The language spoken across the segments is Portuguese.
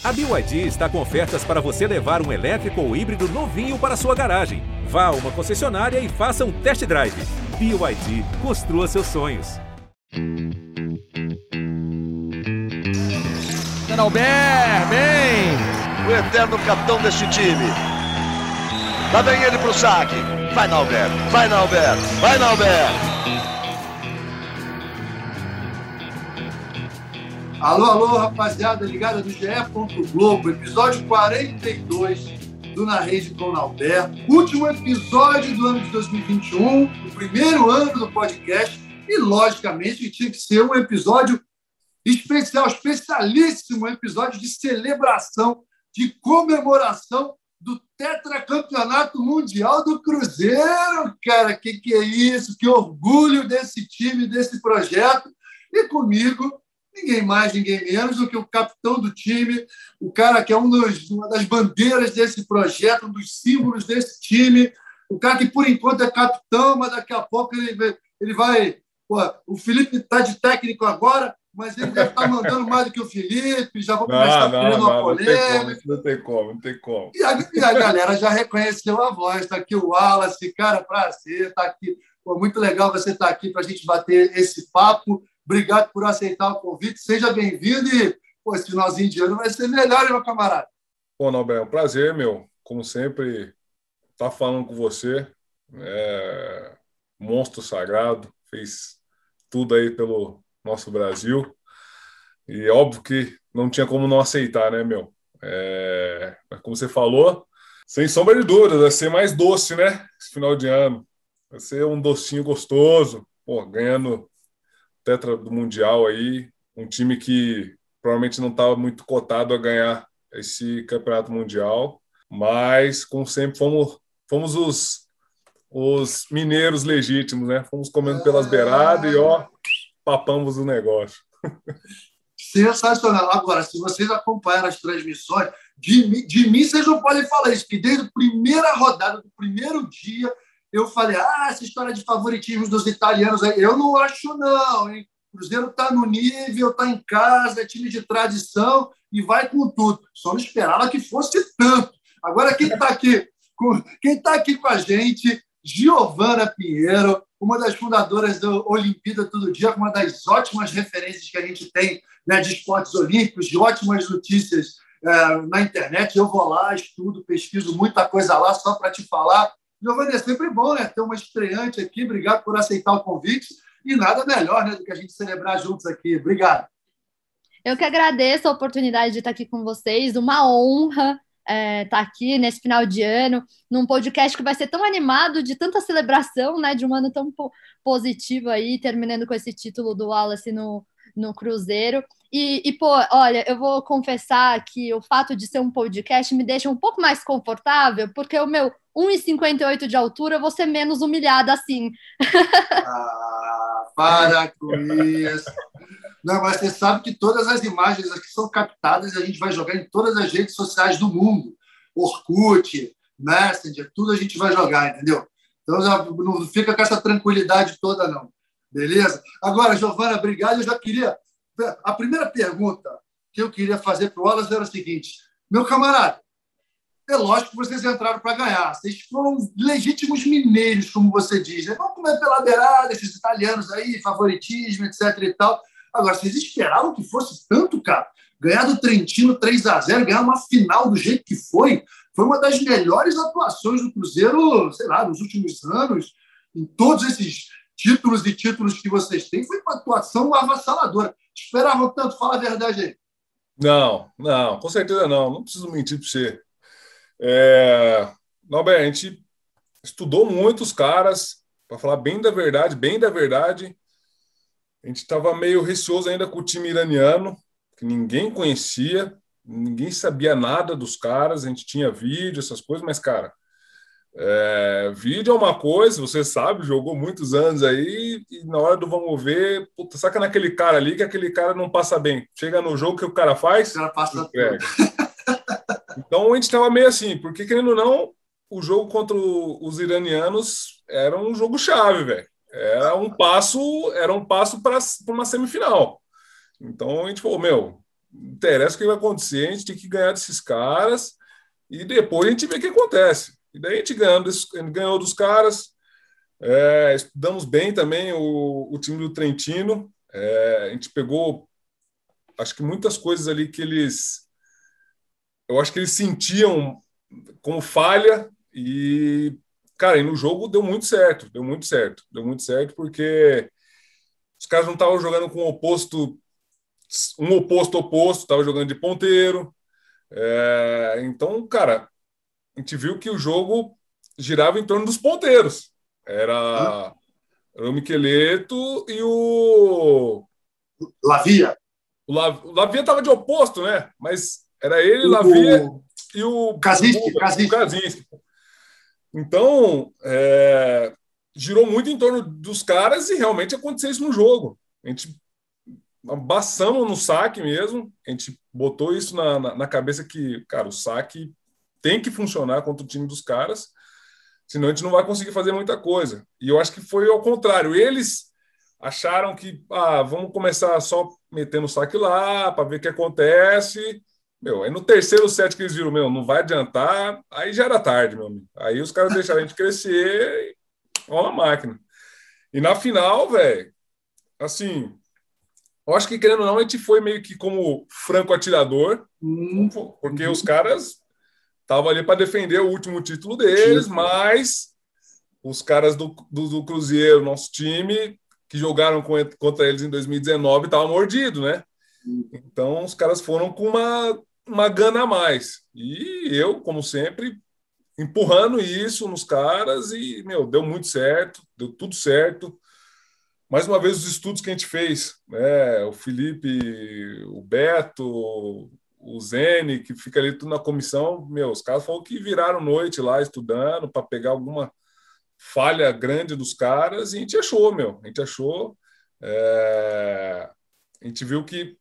A BYD está com ofertas para você levar um elétrico ou híbrido novinho para sua garagem. Vá a uma concessionária e faça um test drive. BYD, construa seus sonhos. Albert, bem! O eterno capitão deste time. Lá vem ele pro saque. Vai, Nalber, vai, Nalber, vai, Nalber! Alô, alô, rapaziada ligada do GE. Globo, episódio 42 do Na Rede com o Nalber. Último episódio do ano de 2021, o primeiro ano do podcast, e logicamente tinha que ser um episódio especial, especialíssimo, um episódio de celebração, de comemoração do tetracampeonato mundial do Cruzeiro, cara. Que é isso? Que orgulho desse time, desse projeto. E comigo, ninguém mais, ninguém menos do que o capitão do time, o cara que é uma das bandeiras desse projeto, um dos símbolos desse time, o cara que, por enquanto, é capitão, mas daqui a pouco ele vai... Pô, o Felipe está de técnico agora, mas ele deve estar mandando mais do que o Felipe, já vou começar criando uma polêmica. Não tem como. E a galera já reconheceu a voz, está aqui o Wallace, cara, prazer, está aqui. Pô, muito legal você estar aqui para a gente bater esse papo. Obrigado por aceitar o convite, seja bem-vindo e pô, esse finalzinho de ano vai ser melhor, hein, meu camarada? Pô, Nobel, é um prazer, meu, como sempre, estar falando com você. Monstro sagrado, fez tudo aí pelo nosso Brasil e óbvio que não tinha como não aceitar, né, meu? Como você falou, sem sombra de dúvida, vai ser mais doce, né, esse final de ano. Vai ser um docinho gostoso, pô, ganhando tetra do Mundial aí, um time que provavelmente não estava muito cotado a ganhar esse campeonato mundial, mas como sempre fomos os mineiros legítimos, né? Fomos comendo pelas beiradas e ó, papamos o negócio. Sensacional. Agora, se vocês acompanharam as transmissões, de mim vocês não podem falar isso, porque desde a primeira rodada, do primeiro dia, eu falei, essa história de favoritismo dos italianos, eu não acho não, hein? O Cruzeiro está no nível, está em casa, é time de tradição e vai com tudo. Só não esperava que fosse tanto. Agora, quem está aqui com a gente, Giovana Pinheiro, uma das fundadoras do Olimpíada Todo Dia, uma das ótimas referências que a gente tem, né, de esportes olímpicos, de ótimas notícias na internet. Eu vou lá, estudo, pesquiso muita coisa lá só para te falar. Giovana, é sempre bom, né, ter uma estreante aqui. Obrigado por aceitar o convite. E nada melhor, né, do que a gente celebrar juntos aqui. Obrigado. Eu que agradeço a oportunidade de estar aqui com vocês. Uma honra estar aqui nesse final de ano, num podcast que vai ser tão animado, de tanta celebração, né, de um ano tão positivo aí, terminando com esse título do Wallace no Cruzeiro. Pô, olha, eu vou confessar que o fato de ser um podcast me deixa um pouco mais confortável, porque o meu 1,58 de altura, eu vou ser menos humilhada assim. Para com isso. Não, mas você sabe que todas as imagens aqui são captadas e a gente vai jogar em todas as redes sociais do mundo. Orkut, Messenger, tudo a gente vai jogar, entendeu? Então não fica com essa tranquilidade toda, não. Beleza? Agora, Giovana, obrigado. Eu já queria... A primeira pergunta que eu queria fazer para o Wallace era o seguinte. Meu camarada, é lógico que vocês entraram para ganhar. Vocês foram legítimos mineiros, como você diz. Né? Vamos comer pela beirada, esses italianos aí, favoritismo, etc. e tal. Agora, vocês esperavam que fosse tanto, cara? Ganhar do Trentino 3-0, ganhar uma final do jeito que foi uma das melhores atuações do Cruzeiro, sei lá, nos últimos anos. Em todos esses títulos e títulos que vocês têm, foi uma atuação avassaladora. Esperavam tanto? Fala a verdade aí. Não, com certeza não. Não preciso mentir para você. Não, bem, a gente estudou muito os caras, para falar bem da verdade. A gente estava meio receoso ainda com o time iraniano, que ninguém conhecia, ninguém sabia nada dos caras, a gente tinha vídeo, essas coisas, mas, cara, vídeo é uma coisa, você sabe, jogou muitos anos aí, e na hora do vamos ver, puta, saca naquele cara ali, que aquele cara não passa bem. Chega no jogo, o que o cara faz? O cara passa tudo. Então a gente estava meio assim, porque querendo ou não, o jogo contra os iranianos era um jogo chave, velho. Era um passo para uma semifinal. Então a gente falou, Não interessa o que vai acontecer, a gente tem que ganhar desses caras e depois a gente vê o que acontece. E daí a gente ganhou dos caras, estudamos bem também o time do Trentino, a gente pegou, acho que muitas coisas ali que eu acho que eles sentiam como falha e, cara, e no jogo deu muito certo porque os caras não estavam jogando com um oposto, estavam jogando de ponteiro. Então, cara, a gente viu que o jogo girava em torno dos ponteiros. Era o Micheleto e o Lavia. O Lavia estava de oposto, né? Mas era ele, Lavia e o Kaczynski. Então, girou muito em torno dos caras e realmente aconteceu isso no jogo. A gente abaçamos no saque mesmo, a gente botou isso na cabeça que, cara, o saque tem que funcionar contra o time dos caras, senão a gente não vai conseguir fazer muita coisa. E eu acho que foi ao contrário. Eles acharam que, vamos começar só metendo o saque lá, para ver o que acontece. Aí no terceiro set que eles viram, não vai adiantar, aí já era tarde, meu amigo. Aí os caras deixaram a gente crescer e ó a máquina. E na final, velho, assim, eu acho que, querendo ou não, a gente foi meio que como franco atirador, porque os caras estavam ali para defender o último título deles, mas os caras do Cruzeiro, nosso time, que jogaram contra eles em 2019, estavam mordidos, né? Então, os caras foram com uma gana a mais. E eu, como sempre, empurrando isso nos caras e, deu muito certo, deu tudo certo. Mais uma vez, os estudos que a gente fez, né? O Felipe, o Beto, o Zene, que fica ali tudo na comissão, os caras falaram que viraram noite lá estudando para pegar alguma falha grande dos caras e a gente achou, A gente achou. A gente viu que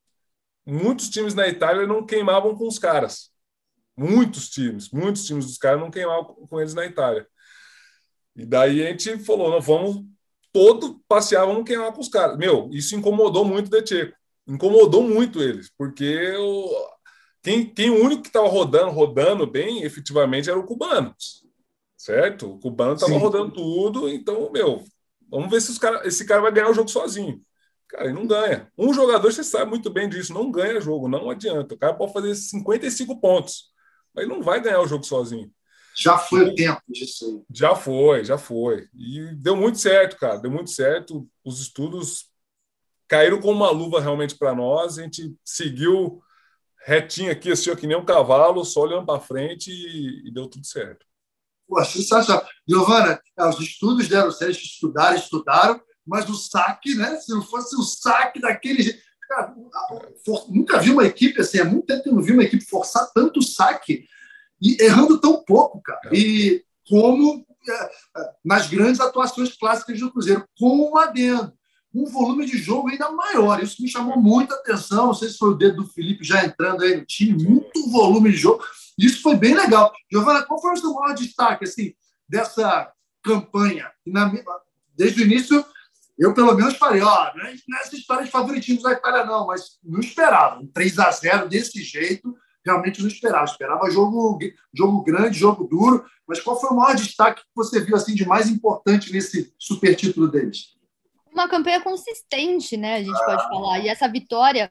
muitos times na Itália não queimavam com os caras. Muitos times dos caras não queimavam com eles na Itália. E daí a gente falou, não, vamos passear, vamos queimar com os caras. Isso incomodou muito o De Cecco. Incomodou muito eles, porque quem o único que estava rodando bem, efetivamente, era o cubano. Certo? O cubano estava rodando tudo, então, vamos ver se esse cara vai ganhar o jogo sozinho. Cara, ele não ganha. Um jogador, você sabe muito bem disso, não ganha jogo, não adianta. O cara pode fazer 55 pontos, mas ele não vai ganhar o jogo sozinho. Já foi o tempo disso aí. Já foi. E deu muito certo, cara. Deu muito certo. Os estudos caíram como uma luva realmente para nós. A gente seguiu retinho aqui, assim, que nem um cavalo, só olhando para frente e deu tudo certo. Pô, sensacional. Giovana, os estudos deram certo, estudaram, mas o saque, né? Se não fosse o saque daquele jeito. Cara, nunca vi uma equipe assim, há muito tempo que eu não vi uma equipe forçar tanto saque e errando tão pouco, cara. E como nas grandes atuações clássicas do Cruzeiro, com um adendo, um volume de jogo ainda maior. Isso me chamou muita atenção. Não sei se foi o dedo do Felipe já entrando aí no time, muito volume de jogo. Isso foi bem legal. Giovana, qual foi o seu maior destaque assim, dessa campanha? Desde o início, eu pelo menos falei, não é essa história de favoritismo da Itália, não, mas não esperava. Um 3-0 desse jeito, realmente não esperava. Esperava jogo grande, jogo duro. Mas qual foi o maior destaque que você viu assim, de mais importante nesse super título deles? Uma campanha consistente, né? A gente pode falar. E essa vitória,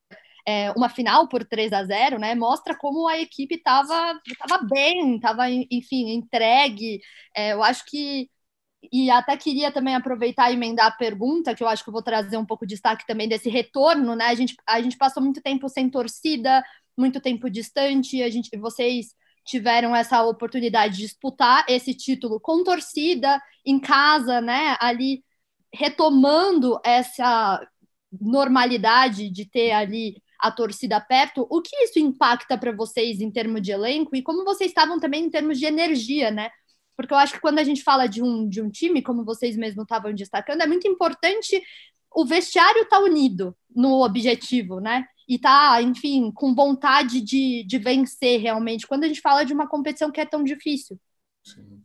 uma final por 3-0, né? Mostra como a equipe estava bem, estava, enfim, entregue. Eu acho que. E até queria também aproveitar e emendar a pergunta, que eu acho que eu vou trazer um pouco de destaque também desse retorno, né? A gente passou muito tempo sem torcida, muito tempo distante, vocês tiveram essa oportunidade de disputar esse título com torcida, em casa, né? Ali retomando essa normalidade de ter ali a torcida perto. O que isso impacta para vocês em termos de elenco e como vocês estavam também em termos de energia, né? Porque eu acho que quando a gente fala de um time, como vocês mesmos estavam destacando, é muito importante o vestiário estar unido no objetivo, né? E tá, enfim, com vontade de vencer realmente, quando a gente fala de uma competição que é tão difícil. Sim.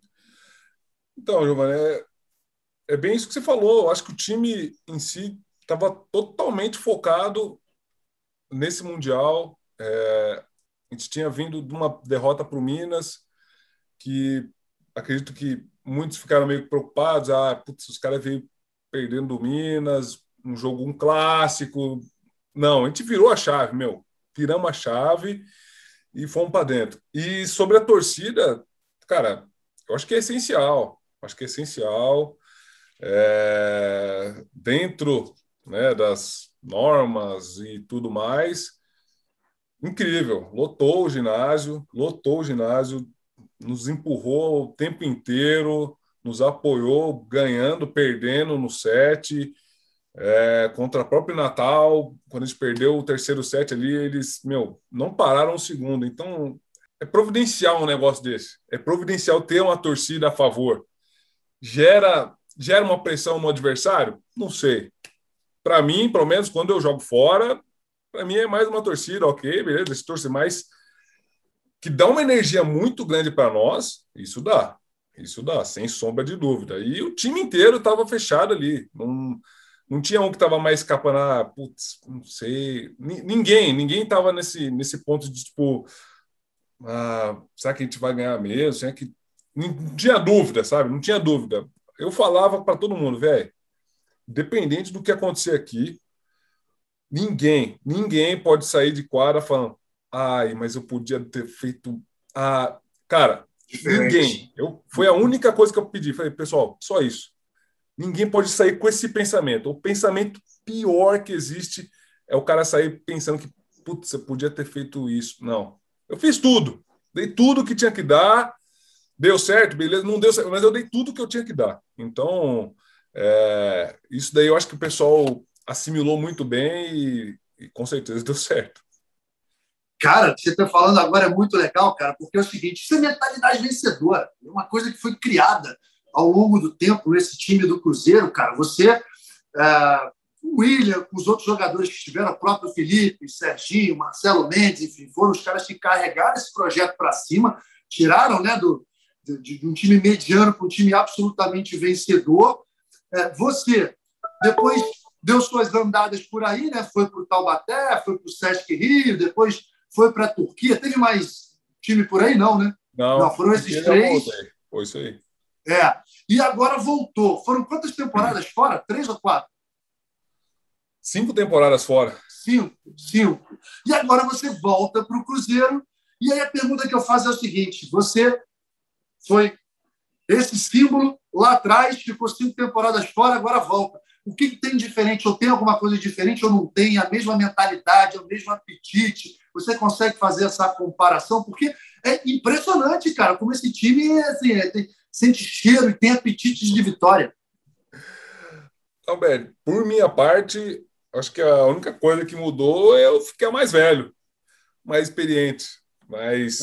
Então, Giovana, é bem isso que você falou. Eu acho que o time em si estava totalmente focado nesse Mundial, a gente tinha vindo de uma derrota para o Minas, que acredito que muitos ficaram meio preocupados. Putz, os caras veio perdendo do Minas, um clássico. Não, a gente virou a chave, viramos a chave e fomos para dentro. E sobre a torcida, cara, eu acho que é essencial. Dentro, né, das normas e tudo mais, incrível. Lotou o ginásio, nos empurrou o tempo inteiro, nos apoiou, ganhando, perdendo no set. Contra a própria Natal, quando a gente perdeu o terceiro set ali, eles, não pararam um segundo. Então, é providencial um negócio desse. É providencial ter uma torcida a favor. Gera uma pressão no adversário? Não sei. Para mim, pelo menos, quando eu jogo fora, para mim é mais uma torcida, ok, beleza, esse torce mais que dá uma energia muito grande para nós, isso dá, sem sombra de dúvida. E o time inteiro estava fechado ali, não tinha um que estava mais escapando, putz, não sei, ninguém estava nesse ponto de tipo, será que a gente vai ganhar mesmo? Será que... Não tinha dúvida, sabe? Não tinha dúvida. Eu falava para todo mundo, velho, independente do que acontecer aqui, ninguém pode sair de quadra falando, mas eu podia ter feito... Cara, ninguém. Foi a única coisa que eu pedi. Falei, pessoal, só isso. Ninguém pode sair com esse pensamento. O pensamento pior que existe é o cara sair pensando que, putz, você podia ter feito isso. Não. Eu fiz tudo. Dei tudo que tinha que dar. Deu certo, beleza? Não deu certo, mas eu dei tudo que eu tinha que dar. Então, isso daí eu acho que o pessoal assimilou muito bem e com certeza deu certo. Cara, o que você está falando agora é muito legal, cara, porque é o seguinte, isso é mentalidade vencedora. É uma coisa que foi criada ao longo do tempo nesse time do Cruzeiro, cara. Você, o William, os outros jogadores que estiveram, o próprio Felipe, Serginho, Marcelo Mendes, enfim, foram os caras que carregaram esse projeto para cima, tiraram, né, de um time mediano para um time absolutamente vencedor. Você, depois deu suas andadas por aí, né? Foi para o Taubaté, foi para o Sesc Rio, depois foi para a Turquia. Teve mais time por aí? Não, né? Não, foram esses 3. Foi isso aí. E agora voltou. Foram quantas temporadas fora? 3 ou 4? 5 temporadas fora. 5. E agora você volta para o Cruzeiro. E aí a pergunta que eu faço é o seguinte: você foi esse símbolo lá atrás, ficou 5 temporadas fora, agora volta. O que tem diferente? Ou tem alguma coisa diferente ou não tem? A mesma mentalidade, o mesmo apetite? Você consegue fazer essa comparação? Porque é impressionante, cara, como esse time assim, sente cheiro e tem apetite de vitória. Alberto, por minha parte, acho que a única coisa que mudou é eu ficar mais velho, mais experiente, mas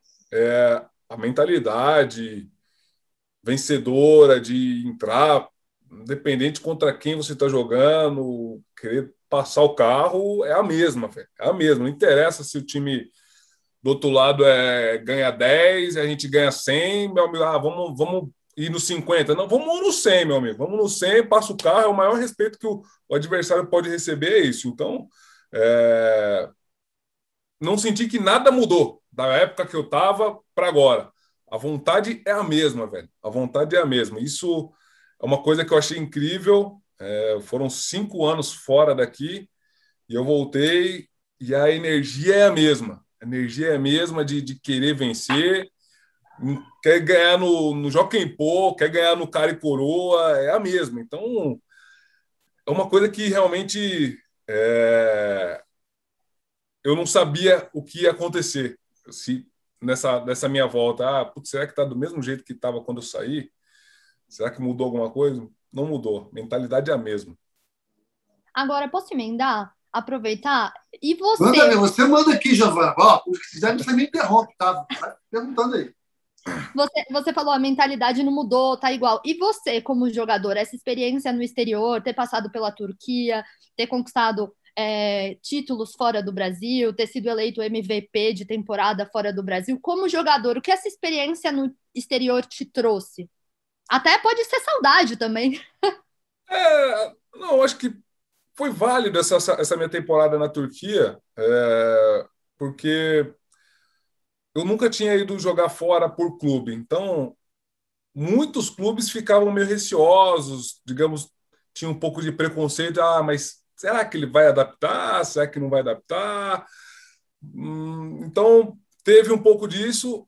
a mentalidade vencedora de entrar, independente contra quem você está jogando, querer passar o carro, é a mesma, velho. É a mesma. Não interessa se o time do outro lado ganha 10 e a gente ganha 100, meu amigo, vamos ir no 50. Não, vamos no 100, meu amigo. Vamos no 100, passa o carro, é o maior respeito que o adversário pode receber, é isso. Então, não senti que nada mudou da época que eu estava para agora. A vontade é a mesma, velho. A vontade é a mesma. Isso é uma coisa que eu achei incrível. Foram 5 anos fora daqui e eu voltei e a energia é a mesma. A energia é a mesma de querer vencer. Quer ganhar no Jockey Pô, quer ganhar no cara e coroa, é a mesma. Então, é uma coisa que realmente eu não sabia o que ia acontecer. Se nessa minha volta, será que está do mesmo jeito que estava quando eu saí? Será que mudou alguma coisa? Não mudou. Mentalidade é a mesma. Agora, posso emendar? Aproveitar? E você? Você manda aqui, Giovana. Se quiser, você me interrompe, tá? Vai perguntando aí. Você falou, a mentalidade não mudou, tá igual. E você, como jogador, essa experiência no exterior, ter passado pela Turquia, ter conquistado títulos fora do Brasil, ter sido eleito MVP de temporada fora do Brasil, como jogador, o que essa experiência no exterior te trouxe? Até pode ser saudade também. Não, acho que foi válido essa minha temporada na Turquia, porque eu nunca tinha ido jogar fora por clube. Então, muitos clubes ficavam meio receosos, digamos, tinha um pouco de preconceito. Mas será que ele vai adaptar? Será que não vai adaptar? Então, teve um pouco disso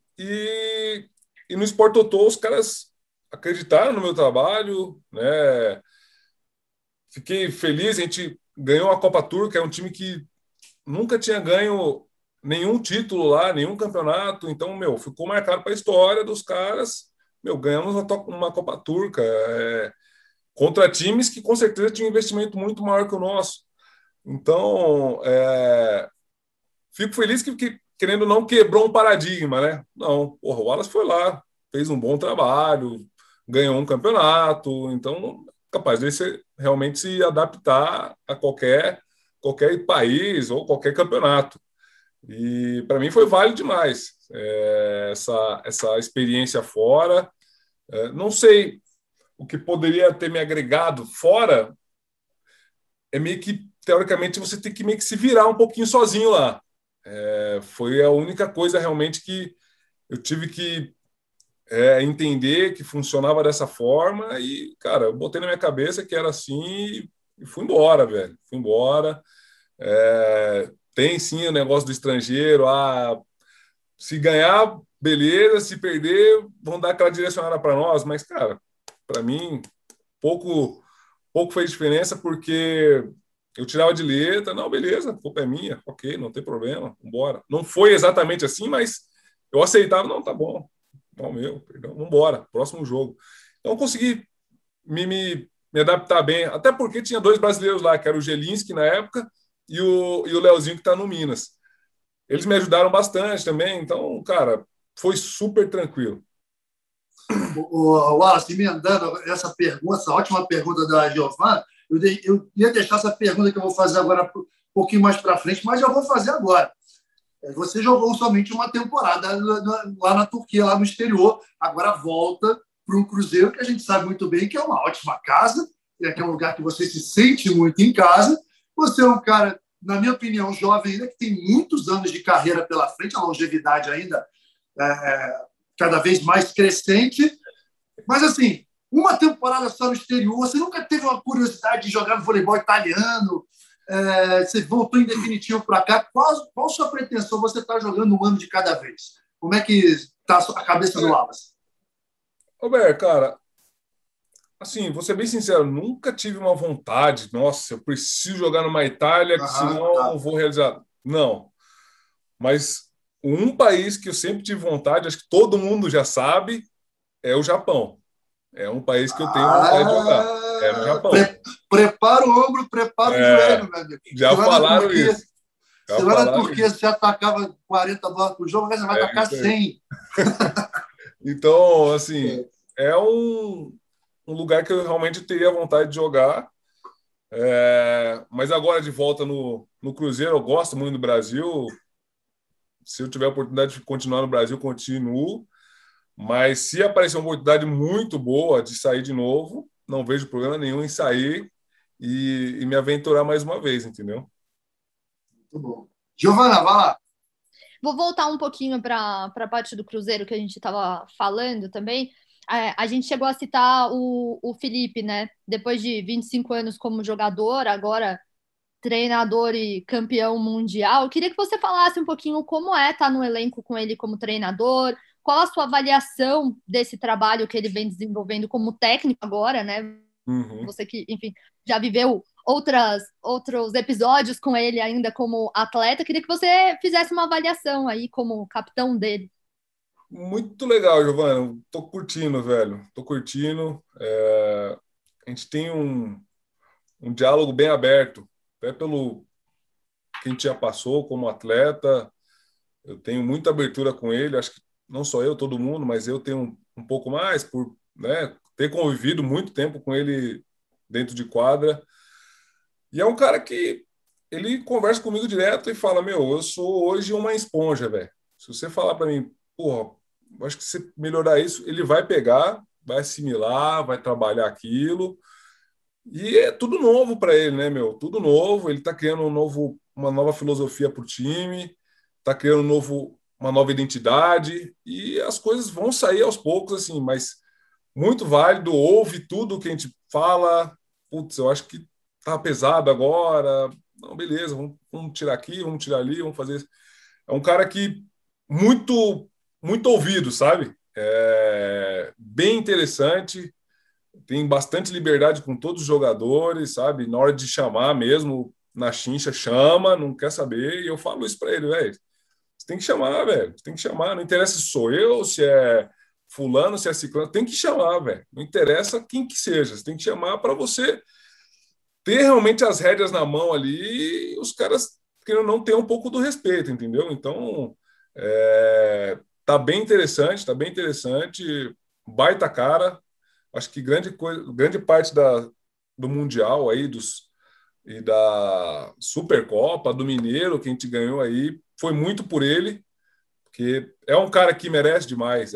e no Sport Toto os caras acreditaram no meu trabalho, né? Fiquei feliz, a gente ganhou a Copa Turca, é um time que nunca tinha ganho nenhum título lá, nenhum campeonato, então, ficou marcado para a história dos caras. Ganhamos uma Copa Turca contra times que com certeza tinham um investimento muito maior que o nosso. Então, fico feliz que, querendo ou não, quebrou um paradigma, né? Não, o Wallace foi lá, fez um bom trabalho, ganhou um campeonato, então capaz de você realmente se adaptar a qualquer país ou qualquer campeonato. E para mim foi válido demais essa experiência fora. Não sei o que poderia ter me agregado fora, meio que, teoricamente, você tem que meio que se virar um pouquinho sozinho lá. Foi a única coisa realmente que eu tive que entender que funcionava dessa forma e, cara, eu botei na minha cabeça que era assim e fui embora, velho. Fui embora. Tem sim o negócio do estrangeiro. Se ganhar, beleza. Se perder, vão dar aquela direcionada para nós. Mas, cara, para mim, pouco fez diferença porque eu tirava de letra. Não, beleza, a culpa é minha. Ok, não tem problema, vambora. Não foi exatamente assim, mas eu aceitava. Não, tá bom. Não, perdão, vamos embora, próximo jogo. Então, eu consegui me adaptar bem, até porque tinha 2 brasileiros lá, que era o Gelinski na época e o Leozinho, que está no Minas. Eles me ajudaram bastante também, então, cara, foi super tranquilo. O Wallace, emendando essa pergunta, essa ótima pergunta da Giovana, eu ia deixar essa pergunta que eu vou fazer agora um pouquinho mais para frente, mas já vou fazer agora. Você jogou somente uma temporada lá na Turquia, lá no exterior, agora volta para um Cruzeiro que a gente sabe muito bem que é uma ótima casa, que é um lugar que você se sente muito em casa. Você é um cara, na minha opinião, jovem ainda, que tem muitos anos de carreira pela frente, a longevidade ainda cada vez mais crescente. Mas, assim, uma temporada só no exterior, você nunca teve uma curiosidade de jogar no voleibol italiano? Você voltou em definitivo para cá. Qual a sua pretensão? Você está jogando um ano de cada vez. Como é que está a cabeça do Wallace? Roberto, cara, assim, vou ser bem sincero, nunca tive uma vontade, nossa, eu preciso jogar numa Itália, que senão eu vou realizar. Não. Mas um país que eu sempre tive vontade, acho que todo mundo já sabe, é o Japão. É um país que eu tenho vontade de jogar. É no Japão. Prepara o ombro, prepara o joelho, meu amigo. Já falaram isso. Se lá na Turquia você atacava 40 bolas por jogo, você vai atacar 100. Então, assim, é um lugar que eu realmente teria vontade de jogar. Mas agora, de volta no Cruzeiro, eu gosto muito do Brasil. Se eu tiver a oportunidade de continuar no Brasil, continuo. Mas se aparecer uma oportunidade muito boa de sair de novo, não vejo problema nenhum em sair e me aventurar mais uma vez, entendeu? Muito bom. Giovana, vai lá. Vou voltar um pouquinho para a parte do Cruzeiro que a gente estava falando também. A gente chegou a citar o Felipe, né? Depois de 25 anos como jogador, agora treinador e campeão mundial. Eu queria que você falasse um pouquinho como estar no elenco com ele como treinador, qual a sua avaliação desse trabalho que ele vem desenvolvendo como técnico agora, né? Uhum. Você que, enfim, já viveu outros episódios com ele ainda como atleta. Queria que você fizesse uma avaliação aí como capitão dele. Muito legal, Giovana. Tô curtindo, velho. Tô curtindo. A gente tem um diálogo bem aberto, até pelo que a gente já passou como atleta. Eu tenho muita abertura com ele. Acho que não só eu, todo mundo, mas eu tenho um pouco mais por, né, ter convivido muito tempo com ele dentro de quadra. E é um cara que ele conversa comigo direto e fala: eu sou hoje uma esponja, velho. Se você falar para mim, porra, acho que se melhorar isso, ele vai pegar, vai assimilar, vai trabalhar aquilo. E é tudo novo para ele, né, meu? Tudo novo. Ele está criando uma nova filosofia para o time, está criando uma nova identidade, e as coisas vão sair aos poucos, assim, mas muito válido. Ouve tudo que a gente fala. Putz, eu acho que tá pesado agora. Não, beleza, vamos tirar aqui, vamos tirar ali, vamos fazer. É um cara que muito, muito ouvido, sabe? Bem interessante, tem bastante liberdade com todos os jogadores, sabe? Na hora de chamar mesmo, na chincha, chama, não quer saber. E eu falo isso para ele, velho. Você tem que chamar, velho. Você tem que chamar. Não interessa se sou eu, se é fulano, se é ciclano. Tem que chamar, velho. Não interessa quem que seja. Você tem que chamar para você ter realmente as rédeas na mão ali e os caras querendo não ter um pouco do respeito, entendeu? Então, tá bem interessante, tá bem interessante. Baita cara. Acho que grande parte do Mundial aí, e da Supercopa, do Mineiro, que a gente ganhou aí, foi muito por ele, porque é um cara que merece demais,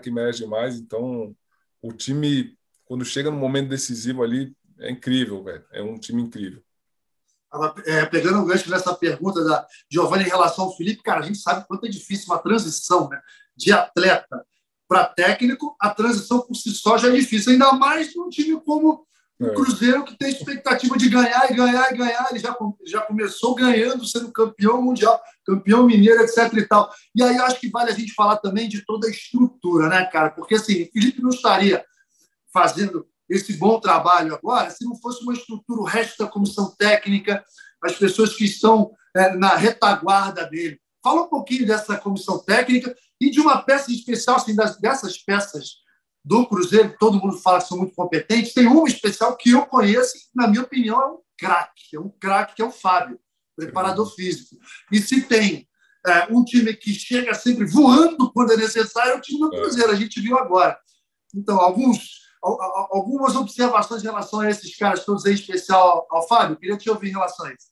então o time, quando chega no momento decisivo ali, é incrível, velho, é um time incrível. Pegando o gancho nessa pergunta da Giovanni em relação ao Felipe, cara, a gente sabe quanto é difícil uma transição, né, de atleta para técnico. A transição por si só já é difícil, ainda mais num time como o Cruzeiro, que tem expectativa de ganhar e ganhar e ganhar. Ele já começou ganhando, sendo campeão mundial, campeão mineiro, etc. e tal. E aí acho que vale a gente falar também de toda a estrutura, né, cara? Porque assim, o Felipe não estaria fazendo esse bom trabalho agora se não fosse uma estrutura, o resto da comissão técnica, as pessoas que estão na retaguarda dele. Fala um pouquinho dessa comissão técnica e de uma peça especial, assim, dessas peças do Cruzeiro, que todo mundo fala que são muito competentes. Tem uma especial que eu conheço, e, na minha opinião, é um craque, que é o Fábio, preparador físico. E se tem um time que chega sempre voando quando é necessário, é o time do Cruzeiro, a gente viu agora. Então, algumas observações em relação a esses caras todos aí, especial ao Fábio, queria te ouvir em relação a isso.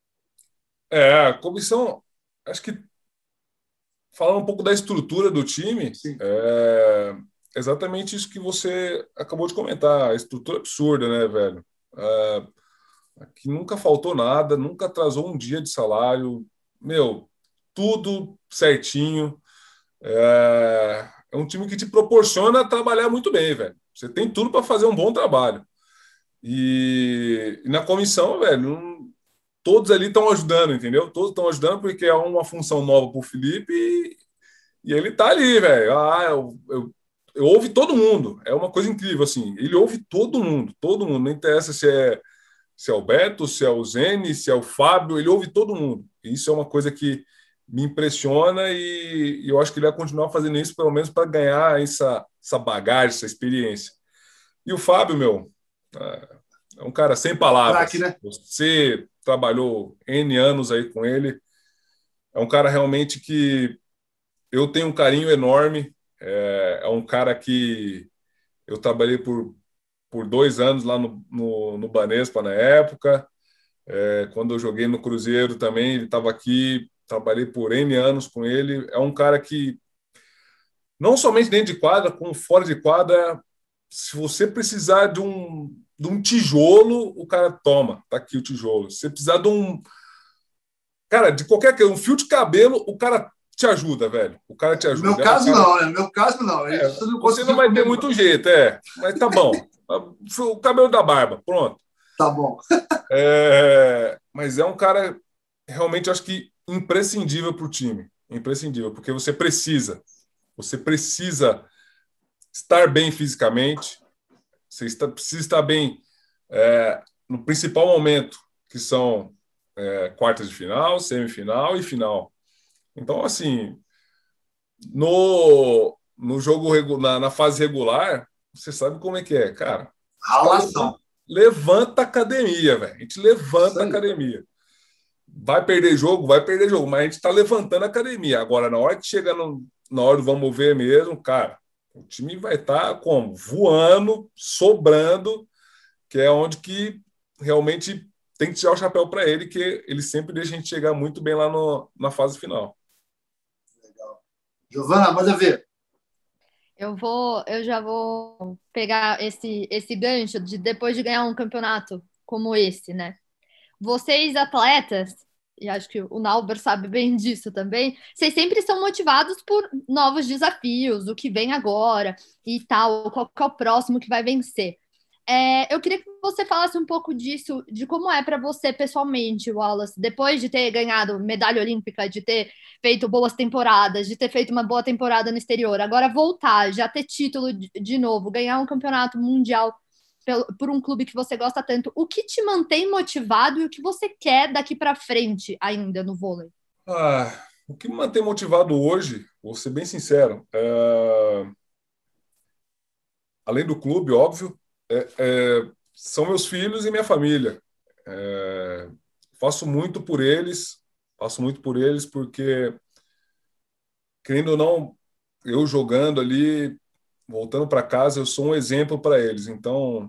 A comissão, acho que falando um pouco da estrutura do time, exatamente isso que você acabou de comentar. A estrutura absurda, né, velho? Aqui nunca faltou nada, nunca atrasou um dia de salário. Meu, tudo certinho. É um time que te proporciona trabalhar muito bem, velho. Você tem tudo para fazer um bom trabalho. E na comissão, velho, todos ali estão ajudando, entendeu? Todos estão ajudando porque é uma função nova para o Felipe e ele tá ali, velho. Eu ouve todo mundo. É uma coisa incrível, assim. Ele ouve todo mundo. Não interessa se é o Beto, se é o Zene, se é o Fábio, ele ouve todo mundo. E isso é uma coisa que me impressiona e eu acho que ele vai continuar fazendo isso, pelo menos para ganhar essa bagagem, essa experiência. E o Fábio, meu, é um cara sem palavras. Craque, né? Você trabalhou N anos aí com ele. É um cara realmente que eu tenho um carinho enorme. É um cara que eu trabalhei por 2 anos lá no Banespa na época. Quando eu joguei no Cruzeiro também, ele estava aqui. Trabalhei por N anos com ele. É um cara que, não somente dentro de quadra, como fora de quadra, se você precisar de um tijolo, o cara toma. Tá aqui o tijolo. Se você precisar cara, de qualquer coisa, um fio de cabelo, o cara te ajuda, velho. O cara te ajuda. No meu caso, não, né? No meu caso, não. Você não vai ter muito jeito, mas tá bom. O cabelo da barba, pronto. Tá bom. Mas é um cara, realmente, acho que imprescindível para o time. Imprescindível, porque você precisa estar bem fisicamente, precisa estar bem no principal momento, que são quartas de final, semifinal e final. Então, assim, no jogo, na fase regular, você sabe como é que é, cara. Ralação. Levanta a academia, velho. A gente levanta a academia. Vai perder jogo, mas a gente está levantando a academia. Agora, na hora que chega na hora do vamos ver mesmo, cara, o time vai estar como? Voando, sobrando, que é onde que realmente tem que tirar o chapéu para ele, que ele sempre deixa a gente chegar muito bem lá na fase final. Legal. Giovana, manda ver. Eu já vou pegar esse gancho de depois de ganhar um campeonato como esse, né? Vocês, atletas, e acho que o Nauber sabe bem disso também, vocês sempre são motivados por novos desafios, o que vem agora e tal, qual que é o próximo que vai vencer. Eu queria que você falasse um pouco disso, de como é para você pessoalmente, Wallace, depois de ter ganhado medalha olímpica, de ter feito boas temporadas, de ter feito uma boa temporada no exterior, agora voltar, já ter título de novo, ganhar um campeonato mundial por um clube que você gosta tanto, o que te mantém motivado e o que você quer daqui para frente ainda no vôlei? O que me mantém motivado hoje, vou ser bem sincero, além do clube, óbvio, são meus filhos e minha família. É, faço muito por eles, porque, querendo ou não, eu jogando ali, voltando para casa, eu sou um exemplo para eles. Então,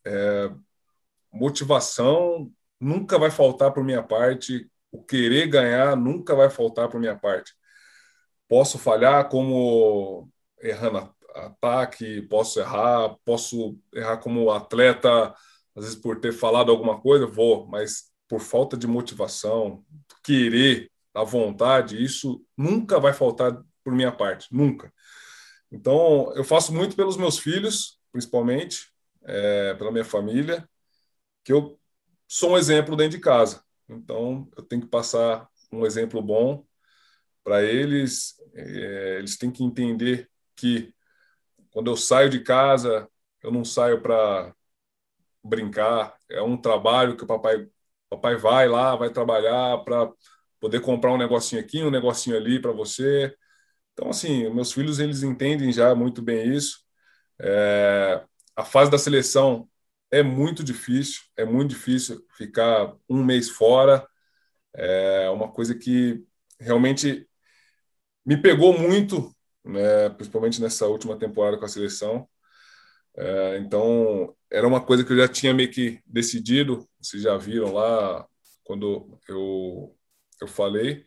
motivação nunca vai faltar por minha parte, o querer ganhar nunca vai faltar por minha parte. Posso falhar como errando ataque, posso errar como atleta, às vezes por ter falado alguma coisa, mas por falta de motivação, querer, a vontade, isso nunca vai faltar por minha parte, nunca. Então, eu faço muito pelos meus filhos, principalmente, pela minha família, que eu sou um exemplo dentro de casa. Então, eu tenho que passar um exemplo bom para eles. Eles têm que entender que quando eu saio de casa, eu não saio para brincar. É um trabalho que o papai vai lá, vai trabalhar para poder comprar um negocinho aqui, um negocinho ali para você. Então, assim, meus filhos, eles entendem já muito bem isso. A fase da seleção é muito difícil ficar um mês fora. É uma coisa que realmente me pegou muito, né, principalmente nessa última temporada com a seleção. Então, era uma coisa que eu já tinha meio que decidido, vocês já viram lá quando eu falei.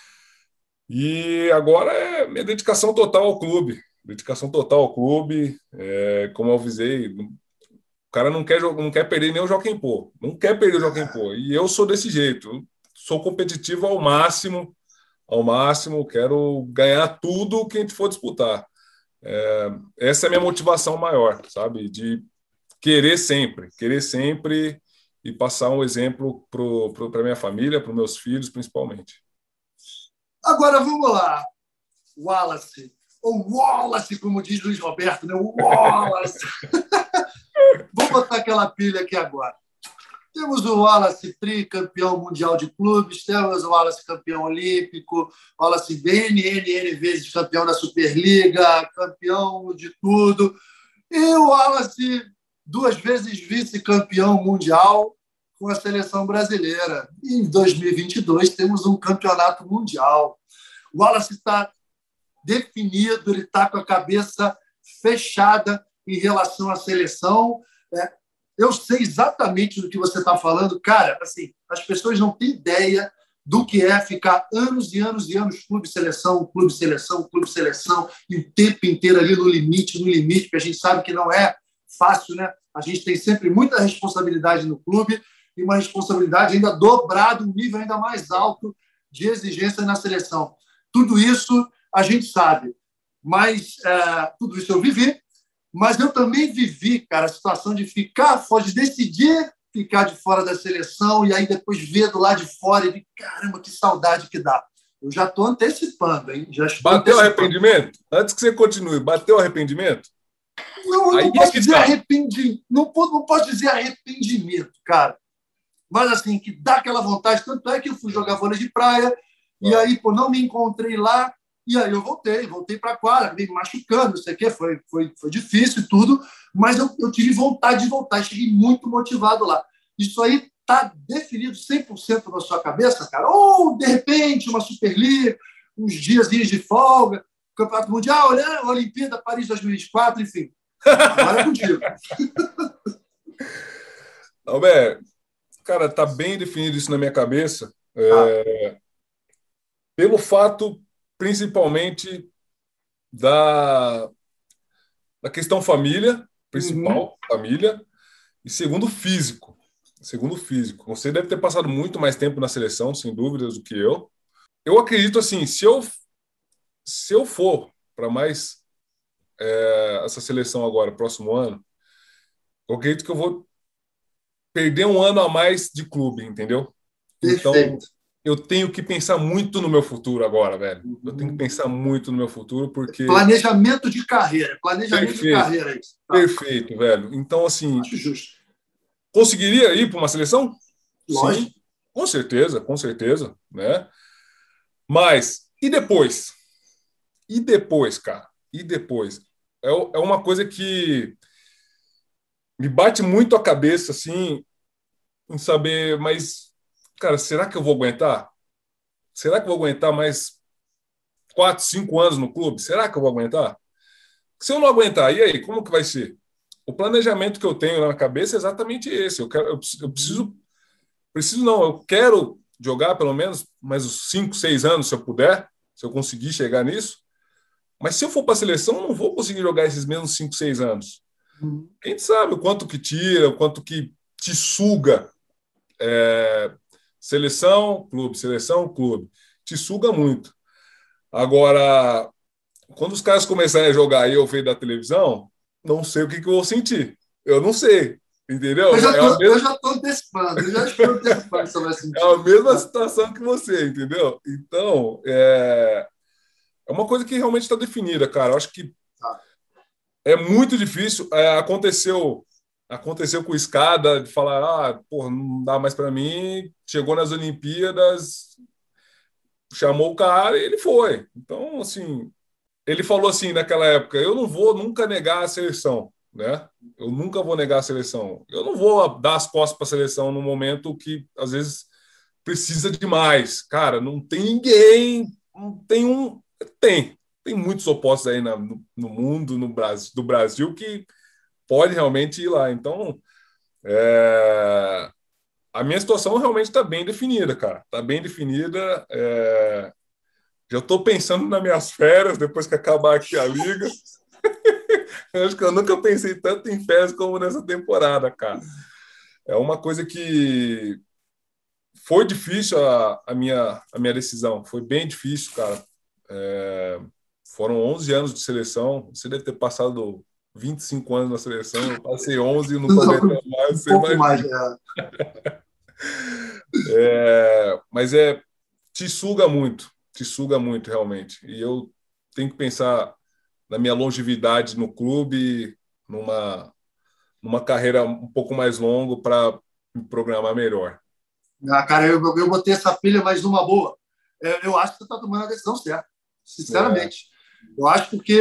E agora é minha dedicação total ao clube. Dedicação total ao clube. Como eu avisei, o cara não quer perder nem o Joaquim Pô. Não quer perder o Joaquim Pô. E eu sou desse jeito. Eu sou competitivo ao máximo. Quero ganhar tudo que a gente for disputar. Essa é a minha motivação maior, sabe? De querer sempre e passar um exemplo para minha família, para meus filhos, principalmente. Agora vamos lá, Wallace, ou Wallace, como diz Luiz Roberto, né? Wallace. Vou botar aquela pilha aqui agora. Temos o Wallace tricampeão mundial de clubes, temos o Wallace campeão olímpico, Wallace N vezes campeão da Superliga, campeão de tudo. E o Wallace 2 vezes vice-campeão mundial com a seleção brasileira. E em 2022 temos um campeonato mundial. O Wallace está definido, ele está com a cabeça fechada em relação à seleção. Eu sei exatamente do que você está falando. Cara, assim, as pessoas não têm ideia do que é ficar anos e anos e anos clube-seleção, e o tempo inteiro ali no limite, porque a gente sabe que não é fácil, né? A gente tem sempre muita responsabilidade no clube e uma responsabilidade ainda dobrada, um nível ainda mais alto de exigência na seleção. Tudo isso a gente sabe, mas tudo isso eu vivi. Mas eu também vivi, cara, a situação de ficar fora, de decidir ficar de fora da seleção e aí depois ver do lado de fora e ver, caramba, que saudade que dá. Eu já estou antecipando, hein? Bateu arrependimento? Antes que você continue, bateu arrependimento? Não posso dizer arrependimento. Não posso dizer arrependimento, cara. Mas assim, que dá aquela vontade. Tanto é que eu fui jogar vôlei de praia e aí, não me encontrei lá. E aí eu voltei para a quadra, me machucando, não sei o quê, foi difícil e tudo, mas eu tive vontade de voltar, cheguei muito motivado lá. Isso aí está definido 100% na sua cabeça, cara? Ou, de repente, uma Superliga, uns diazinhos de folga, Campeonato Mundial, né? Olimpíada, Paris 2024, enfim. Agora é contigo. Alberto, cara, está bem definido isso na minha cabeça. Pelo fato, principalmente, da da questão família, principal, família, e segundo, físico. Segundo, físico. Você deve ter passado muito mais tempo na seleção, sem dúvidas, do que eu. Eu acredito assim, se eu for para mais essa seleção agora, próximo ano, eu acredito que eu vou perder um ano a mais de clube, entendeu? Então, Perfeito. eu tenho que pensar muito no meu futuro agora, velho. Eu tenho que pensar muito no meu futuro, porque... Planejamento de carreira. Isso. Tá. Perfeito, velho. Então, assim... Acho justo. Conseguiria ir para uma seleção? Lógico. Sim, com certeza, né? Mas, e depois? E depois, cara? E depois? É uma coisa que me bate muito a cabeça, assim, em saber, mas, cara, será que eu vou aguentar? Será que eu vou aguentar mais 4, 5 anos no clube? Será que eu vou aguentar? Se eu não aguentar, e aí, como que vai ser? O planejamento que eu tenho na cabeça é exatamente esse. Eu quero jogar pelo menos mais uns 5, 6 anos, se eu puder, se eu conseguir chegar nisso. Mas se eu for para a seleção, eu não vou conseguir jogar esses mesmos 5, 6 anos. Quem sabe o quanto que tira, o quanto que te suga. Seleção, clube. Te suga muito. Agora, quando os caras começarem a jogar e eu ver da televisão, não sei o que eu vou sentir. Eu não sei. Entendeu? Eu já estou antecipando. Você vai sentir. É a mesma situação que você, entendeu? Então, é uma coisa que realmente está definida, cara. Eu acho que é muito difícil. Aconteceu com o Escada, de falar, porra, não dá mais para mim. Chegou nas Olimpíadas, chamou o cara e ele foi. Então, assim, ele falou assim naquela época, eu não vou nunca negar a seleção, né? Eu nunca vou negar a seleção. Eu não vou dar as costas para a seleção no momento que, às vezes, precisa de mais. Cara, não tem ninguém, não tem um... Tem muitos opostos aí no mundo, do Brasil, que pode realmente ir lá. Então, a minha situação realmente está bem definida, cara. Está bem definida. Já estou pensando nas minhas férias, depois que acabar aqui a liga. Eu acho que eu nunca pensei tanto em férias como nessa temporada, cara. É uma coisa que foi difícil a minha decisão. Foi bem difícil, cara. Foram 11 anos de seleção. Você deve ter passado 25 anos na seleção. Eu passei 11 e não aguentei mais. Um pouco mais, Mas te suga muito, realmente. E eu tenho que pensar na minha longevidade no clube, numa carreira um pouco mais longa para me programar melhor. Cara, eu botei essa pilha, mas numa boa. Eu acho que você está tomando a decisão certa, sinceramente. Eu acho porque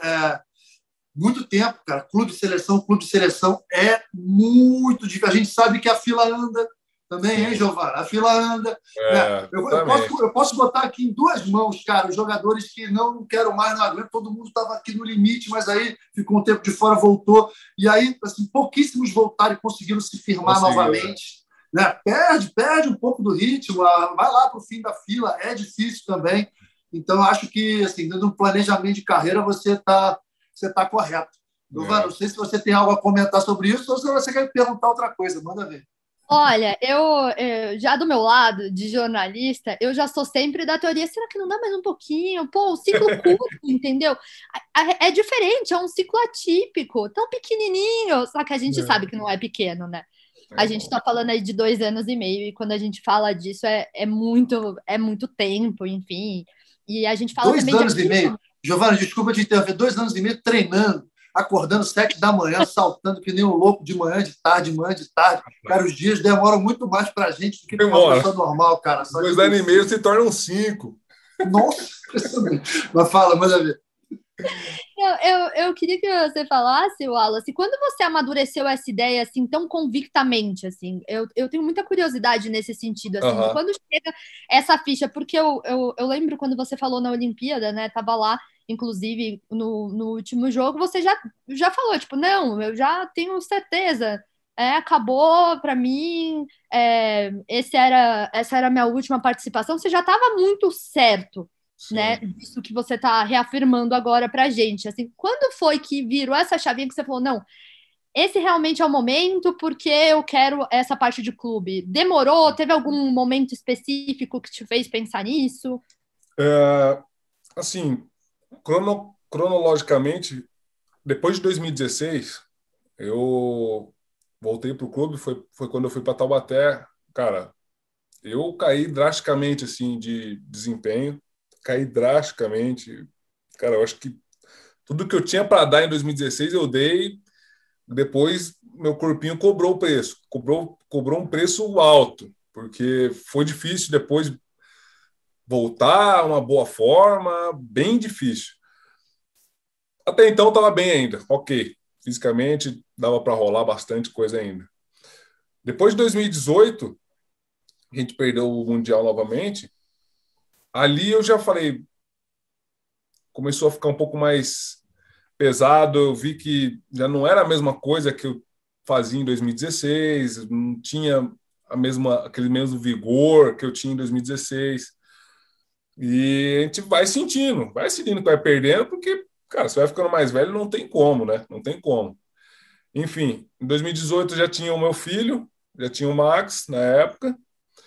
muito tempo, cara, clube de seleção é muito difícil. A gente sabe que a fila anda também, hein, Giovana? A fila anda. Eu posso botar aqui em 2 mãos, cara, os jogadores que não quero mais, não aguento. Todo mundo estava aqui no limite, mas aí ficou um tempo de fora, voltou. E aí, assim, pouquíssimos voltaram e conseguiram se firmar novamente. Né? Perde um pouco do ritmo, vai lá para o fim da fila, é difícil também. Então, acho que, assim, dentro do planejamento de carreira, você está correto. Giovana, não sei se você tem algo a comentar sobre isso ou se você quer perguntar outra coisa. Manda ver. Olha, eu já do meu lado, de jornalista, eu já sou sempre da teoria, será que não dá mais um pouquinho? Pô, o ciclo curto, entendeu? É diferente, é um ciclo atípico, tão pequenininho, só que a gente sabe que não é pequeno, né? A gente está falando aí de 2 anos e meio, e quando a gente fala disso é muito tempo, enfim. E a gente fala 2 também anos e meio. Giovana, desculpa te interromper, 2 anos e meio treinando, acordando 7 da manhã, saltando que nem um louco de manhã, de tarde. Cara, os dias demoram muito mais pra gente do que para uma pessoa normal, cara. 2 anos e meio se tornam 5. Nossa, mas fala, manda ver. Eu queria que você falasse, Wallace, quando você amadureceu essa ideia assim tão convictamente, assim, eu tenho muita curiosidade nesse sentido, assim, quando chega essa ficha, porque eu lembro quando você falou na Olimpíada, né, tava lá, inclusive no último jogo, você já falou, tipo, não, eu já tenho certeza, acabou para mim, essa era a minha última participação, você já estava muito certo né? Isso que você está reafirmando agora para a gente. Assim, quando foi que virou essa chavinha que você falou, não, esse realmente é o momento porque eu quero essa parte de clube? Demorou? Teve algum momento específico que te fez pensar nisso? Assim, cronologicamente, depois de 2016, eu voltei para o clube, foi quando eu fui para Taubaté. Cara, eu caí drasticamente assim, de desempenho, caí drasticamente. Cara, eu acho que tudo que eu tinha para dar em 2016 eu dei. Depois, meu corpinho cobrou o preço, cobrou um preço alto, porque foi difícil depois voltar a uma boa forma, bem difícil. Até então estava bem ainda, ok. Fisicamente dava para rolar bastante coisa ainda. Depois de 2018, a gente perdeu o Mundial novamente. Ali eu já falei, começou a ficar um pouco mais pesado. Eu vi que já não era a mesma coisa que eu fazia em 2016, não tinha aquele mesmo vigor que eu tinha em 2016. E a gente vai sentindo que vai perdendo, porque, cara, você vai ficando mais velho, não tem como, né? Não tem como. Enfim, em 2018 já tinha o meu filho, já tinha o Max na época.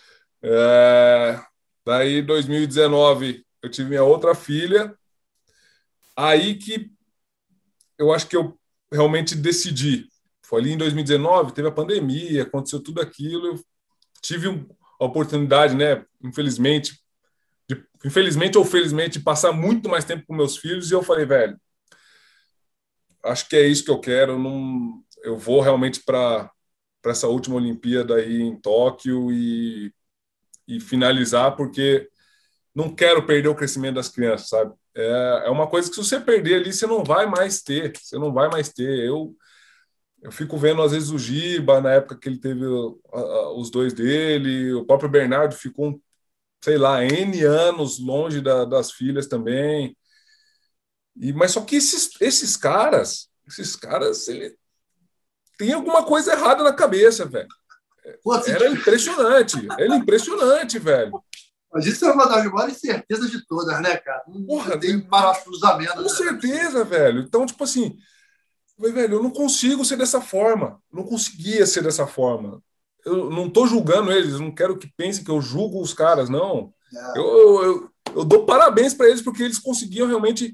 Daí, em 2019, eu tive minha outra filha. Aí que eu acho que eu realmente decidi. Foi ali em 2019, teve a pandemia, aconteceu tudo aquilo. Eu tive a oportunidade, né? Infelizmente ou felizmente, de passar muito mais tempo com meus filhos. E eu falei, velho, acho que é isso que eu quero. Eu vou realmente para essa última Olimpíada aí em Tóquio e finalizar, porque não quero perder o crescimento das crianças, sabe? É uma coisa que se você perder ali, você não vai mais ter. Você não vai mais ter. Eu fico vendo, às vezes, o Giba, na época que ele teve os dois dele, o próprio Bernardo ficou, sei lá, N anos longe das filhas também. Mas só que esses caras, ele tem alguma coisa errada na cabeça, velho. Era impressionante, velho. Mas isso é uma das maiores certezas de todas, né, cara? Porra, tem parafusamento. Com certeza, velho. Então, tipo assim, velho, eu não consigo ser dessa forma. Não conseguia ser dessa forma. Eu não tô julgando eles, não quero que pensem que eu julgo os caras, não. Eu dou parabéns para eles, porque eles conseguiam realmente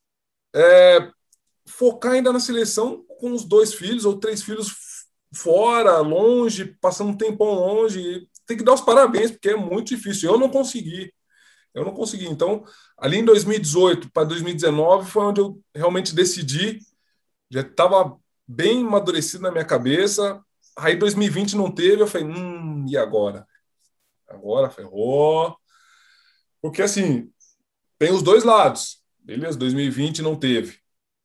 focar ainda na seleção com os 2 filhos ou 3 filhos fora, longe, passando um tempão longe. Tem que dar os parabéns, porque é muito difícil. Eu não consegui. Então, ali em 2018 para 2019 foi onde eu realmente decidi. Já estava bem amadurecido na minha cabeça. Aí 2020 não teve. Eu falei, e agora? Agora ferrou. Porque, assim, tem os dois lados. Beleza, 2020 não teve.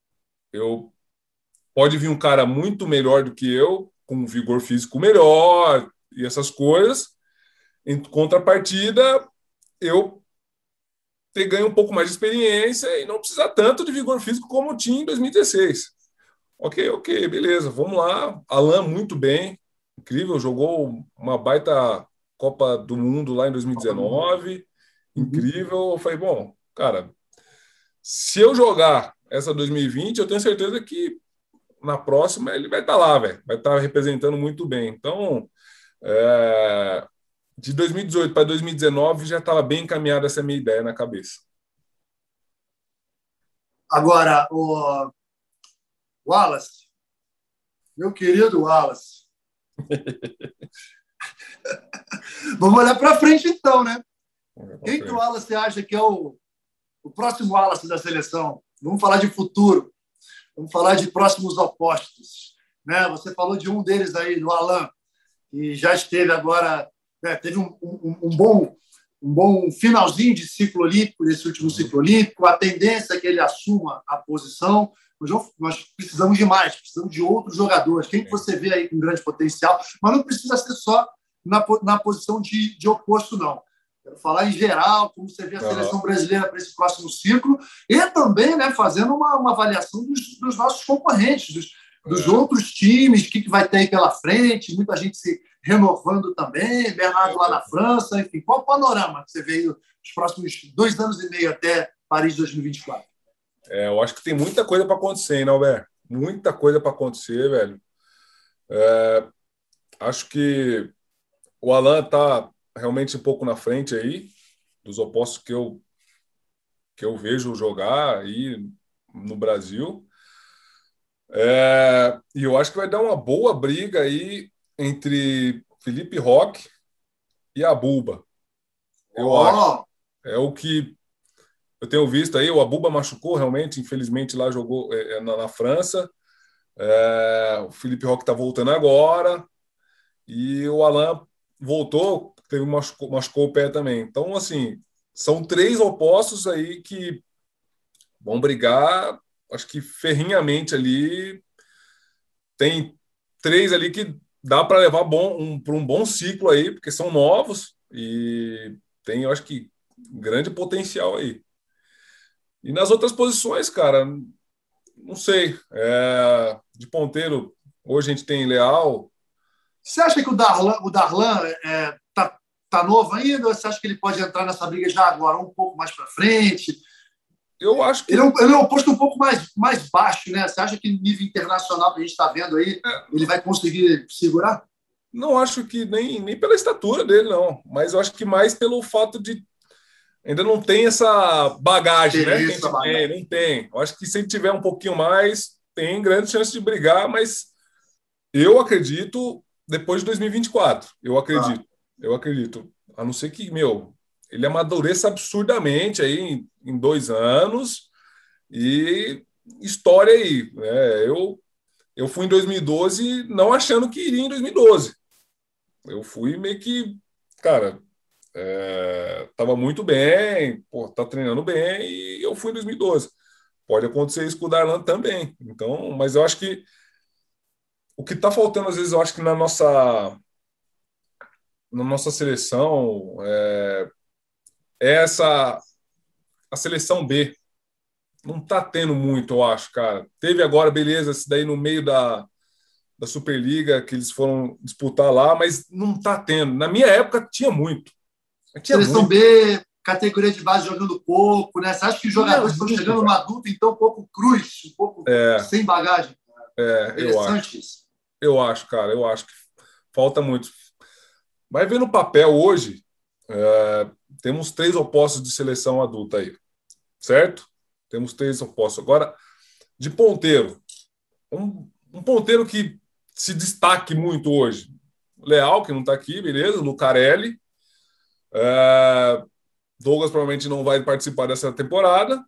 Pode vir um cara muito melhor do que eu, com um vigor físico melhor e essas coisas. Em contrapartida, eu ter ganho um pouco mais de experiência e não precisar tanto de vigor físico como eu tinha em 2016. Ok, beleza, vamos lá. Alan muito bem, incrível, jogou uma baita Copa do Mundo lá em 2019, incrível. Eu falei, bom, cara, se eu jogar essa 2020, eu tenho certeza que na próxima ele vai estar lá, velho, vai estar representando muito bem. Então, de 2018 para 2019 já estava bem encaminhada essa minha ideia na cabeça. Agora, o Wallace, meu querido Wallace. Vamos olhar para frente então, né? Quem que o Wallace acha que é o próximo Wallace da seleção? Vamos falar de futuro. Vamos falar de próximos opostos. Né? Você falou de um deles aí, do Alan, que já esteve agora, né, teve um bom finalzinho de ciclo olímpico, desse último ciclo olímpico. A tendência é que ele assuma a posição. Nós precisamos de mais, precisamos de outros jogadores. Quem que você vê aí com grande potencial? Mas não precisa ser só na posição de oposto, não. Quero falar em geral, como você vê a seleção brasileira para esse próximo ciclo, e também, né, fazendo uma avaliação dos nossos concorrentes, dos outros times, o que vai ter aí pela frente, muita gente se renovando também, Bernardo lá na França, enfim, qual o panorama que você vê aí os próximos 2 anos e meio até Paris 2024? Eu acho que tem muita coisa para acontecer, hein, Alberto? Muita coisa para acontecer, velho. Acho que o Alan está realmente um pouco na frente aí dos opostos que eu vejo jogar aí no Brasil. E eu acho que vai dar uma boa briga aí entre Felipe Roque e Abuba. Eu acho. É o que eu tenho visto aí. O Abuba machucou realmente, infelizmente lá jogou na França. O Felipe Roque está voltando agora. E o Alan voltou, machucou o pé também. Então, assim, são 3 opostos aí que vão brigar, acho que ferrinhamente ali. Tem 3 ali que dá para levar para um bom ciclo aí, porque são novos e tem, eu acho que, grande potencial aí. E nas outras posições, cara, não sei. De ponteiro, hoje a gente tem Leal. Você acha que o Darlan tá novo ainda, ou você acha que ele pode entrar nessa briga já agora, um pouco mais para frente? Eu acho que... Ele é um posto um pouco mais baixo, né? Você acha que no nível internacional que a gente está vendo aí, ele vai conseguir segurar? Não acho que nem pela estatura dele, não. Mas eu acho que mais pelo fato de ainda não tem essa bagagem, né? Não tem. Eu acho que se ele tiver um pouquinho mais, tem grande chance de brigar, mas eu acredito depois de 2024. Eu acredito. A não ser que, ele amadureça absurdamente aí em 2 anos e história aí, né? Eu fui em 2012 não achando que iria em 2012. Eu fui meio que, cara, tava muito bem, tá treinando bem e eu fui em 2012. Pode acontecer isso com o Darlan também. Então, mas eu acho que o que tá faltando às vezes, eu acho que na nossa seleção a seleção B não tá tendo muito, eu acho, cara. Teve agora, beleza, isso daí no meio da Superliga que eles foram disputar lá, mas não tá tendo. Na minha época tinha muito. Seleção B, categoria de base jogando pouco, né? Você acha que os jogadores estão chegando no adulto, então, um pouco cruz, um pouco sem bagagem? Eu acho, cara. Eu acho que falta muito. Vai ver no papel hoje, temos 3 opostos de seleção adulta aí, certo? Temos 3 opostos. Agora, de ponteiro, um ponteiro que se destaque muito hoje. Leal, que não está aqui, beleza? Lucarelli. Douglas provavelmente não vai participar dessa temporada.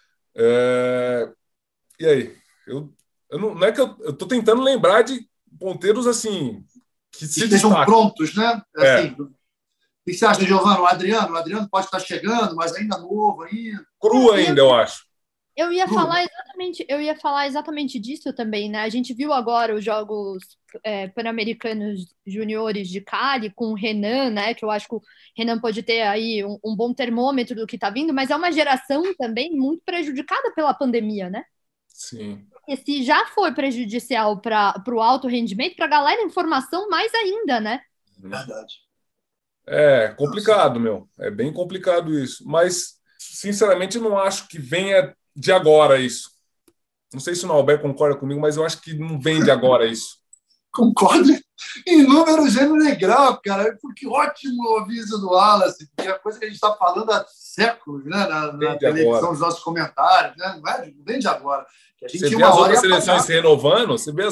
E aí? Não é que eu estou tentando lembrar de ponteiros assim que se estejam destacam. Prontos, né? Assim, o que você acha, Giovano? O Adriano pode estar chegando, mas ainda novo ainda. Cru ainda, eu acho. Eu ia falar exatamente disso também, né? A gente viu agora os Jogos Pan-Americanos Juniores de Cali com o Renan, né? Que eu acho que o Renan pode ter aí um bom termômetro do que está vindo, mas é uma geração também muito prejudicada pela pandemia, né? Sim. E se já foi prejudicial para o alto rendimento, para a galera em formação, mais ainda, né? Verdade. É complicado, É bem complicado isso. Mas, sinceramente, não acho que venha de agora isso. Não sei se o Alberto concorda comigo, mas eu acho que não vem de agora isso. Concordo em número, gênero e grau, cara. Porque ótimo o aviso do Wallace, porque é a coisa que a gente está falando há séculos, né? Na televisão, nos nossos comentários, né? Não vem de agora. Que a gente você vê as outras seleções se renovando,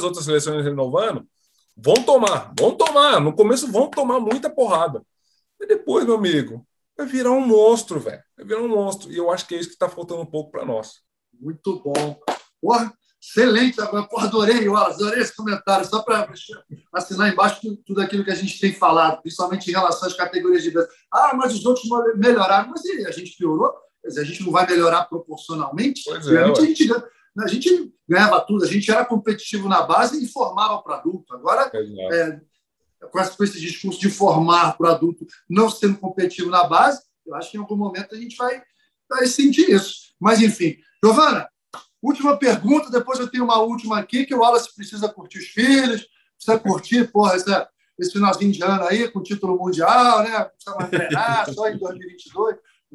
vão tomar. No começo vão tomar muita porrada. E depois, meu amigo, vai virar um monstro, velho. Vai virar um monstro. E eu acho que é isso que está faltando um pouco para nós. Muito bom. Porra, excelente. Adorei, Wallace, adorei esse comentário. Só para assinar embaixo tudo aquilo que a gente tem falado, principalmente em relação às categorias de base. Mas os outros melhoraram. Mas a gente piorou? Quer dizer, a gente não vai melhorar proporcionalmente? Pois a gente ganhava tudo. A gente era competitivo na base e formava para adulto. Agora, com esse discurso de formar para adulto não sendo competitivo na base, eu acho que em algum momento a gente vai sentir isso. Mas, enfim. Giovana, última pergunta, depois eu tenho uma última aqui, que o Wallace precisa curtir os filhos, precisa curtir, esse finalzinho de ano aí, com título mundial, né? Precisa mais treinar, só em 2022.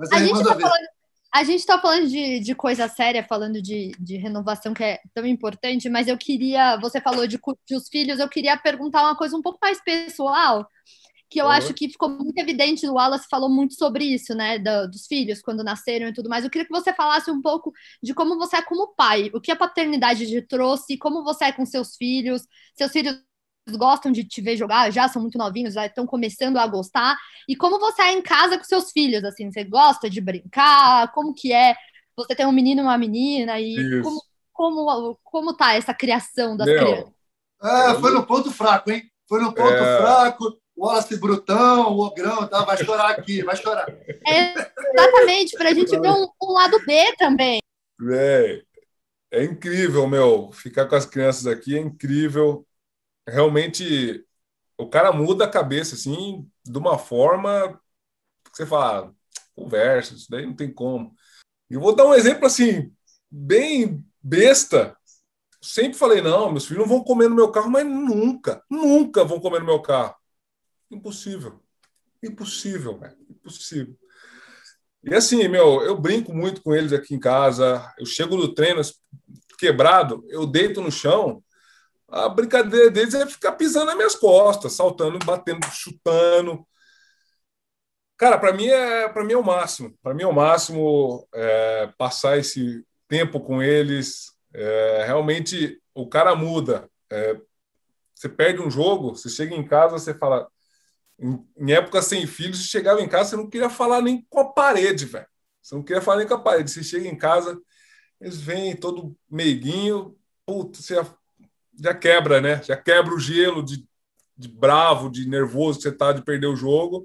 Mas A aí gente manda tá ver. falando, a gente tá falando de coisa séria, falando de renovação que é tão importante, mas eu queria, você falou de curtir os filhos, eu queria perguntar uma coisa um pouco mais pessoal, que eu acho Uhum. que ficou muito evidente, o Wallace falou muito sobre isso, né, dos filhos, quando nasceram e tudo mais. Eu queria que você falasse um pouco de como você é como pai, o que a paternidade te trouxe, como você é com seus filhos gostam de te ver jogar, já são muito novinhos, já estão começando a gostar, e como você é em casa com seus filhos, assim, você gosta de brincar, como que é você tem um menino e uma menina, e Isso. como tá essa criação das crianças? Meu, Ah, foi no ponto fraco, hein? Foi no ponto é, fraco. O Wallace Brutão, o Ogrão, tá? Vai chorar aqui, vai chorar. É exatamente, para a gente ver um lado B também. é, é incrível, meu. Ficar com as crianças aqui é incrível. Realmente, o cara muda a cabeça, assim, de uma forma que você fala, "Ah, conversa, isso daí não tem como." E eu vou dar um exemplo, assim, bem besta. Sempre falei, não, meus filhos não vão comer no meu carro, mas nunca, nunca vão comer no meu carro. Impossível. Impossível, velho. Impossível. E assim, meu, eu brinco muito com eles aqui em casa. Eu chego do treino quebrado, eu deito no chão. A brincadeira deles é ficar pisando nas minhas costas, saltando, batendo, chutando. Cara, para mim é o máximo. Para mim é o máximo passar esse tempo com eles. Realmente o cara muda. Você perde um jogo, você chega em casa, você fala. Em época sem filhos, você chegava em casa, você não queria falar nem com a parede, velho. Você não queria falar nem com a parede. Você chega em casa, eles vêm todo meiguinho, puta, você já quebra, né? Já quebra o gelo de bravo, de nervoso que você tá de perder o jogo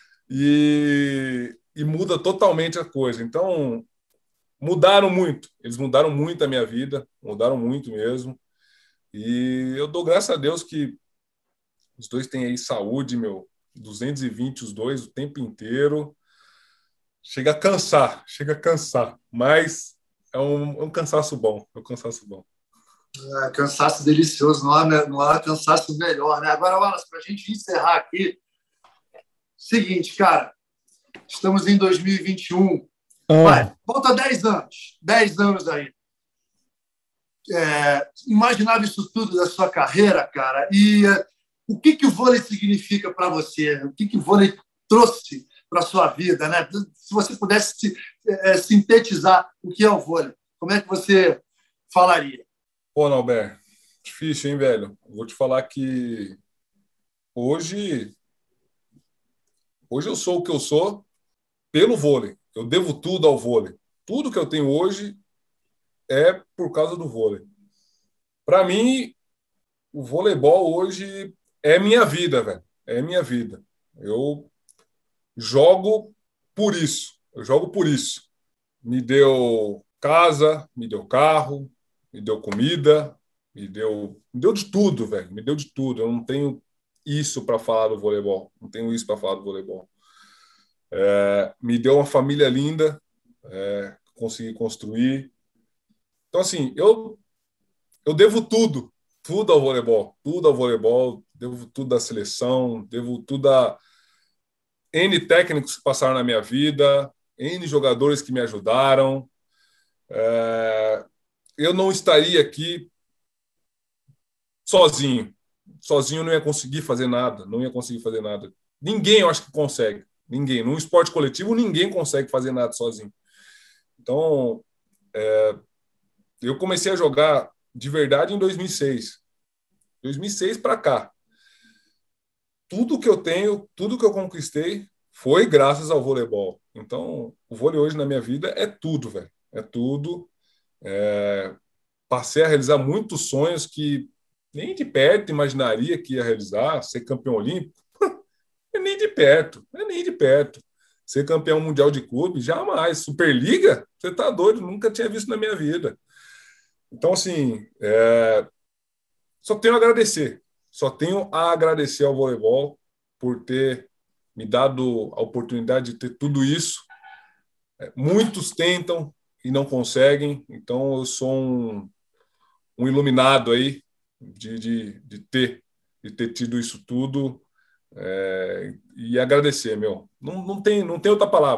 e muda totalmente a coisa. Então, mudaram muito. Eles mudaram muito a minha vida, mudaram muito mesmo. E eu dou graças a Deus que os dois têm aí saúde, meu, 220 os dois o tempo inteiro. Chega a cansar, mas é um cansaço bom, é um cansaço bom. É, cansaço delicioso, não há cansaço melhor, né? Agora, Wallace, para a gente encerrar aqui, seguinte, cara, estamos em 2021. Vai, volta 10 anos. 10 anos aí. Imaginava isso tudo da sua carreira, cara. E o que o vôlei significa para você? O que o vôlei trouxe para a sua vida, né? Se você pudesse sintetizar o que é o vôlei, como é que você falaria? Pô, Norberto, difícil, hein, velho? Vou te falar que hoje, hoje eu sou o que eu sou pelo vôlei. Eu devo tudo ao vôlei. Tudo que eu tenho hoje é por causa do vôlei. Para mim, o voleibol hoje é minha vida, velho. É minha vida. Eu jogo por isso. Eu jogo por isso. Me deu casa, me deu carro, me deu comida, me deu de tudo, velho. Me deu de tudo. Eu não tenho isso para falar do voleibol. Não tenho isso para falar do voleibol. Me deu uma família linda, consegui construir. Então, assim, eu devo tudo ao voleibol, devo tudo à seleção, devo tudo a N técnicos que passaram na minha vida, N jogadores que me ajudaram. Eu não estaria aqui sozinho. Sozinho eu não ia conseguir fazer nada, não ia conseguir fazer nada. Ninguém, eu acho que consegue. Ninguém. Num esporte coletivo, ninguém consegue fazer nada sozinho. Então, eu comecei a jogar de verdade em 2006. 2006 para cá. Tudo que eu tenho, tudo que eu conquistei foi graças ao voleibol. Então, o vôlei hoje na minha vida é tudo, velho. É tudo. Passei a realizar muitos sonhos que nem de perto imaginaria que ia realizar. Ser campeão olímpico, é nem de perto, é nem de perto. Ser campeão mundial de clube, jamais. Superliga, você tá doido, nunca tinha visto na minha vida. Então, assim, só tenho a agradecer. Só tenho a agradecer ao voleibol por ter me dado a oportunidade de ter tudo isso. Muitos tentam e não conseguem, então eu sou um iluminado aí de ter tido isso tudo e agradecer, meu. Não tem outra palavra.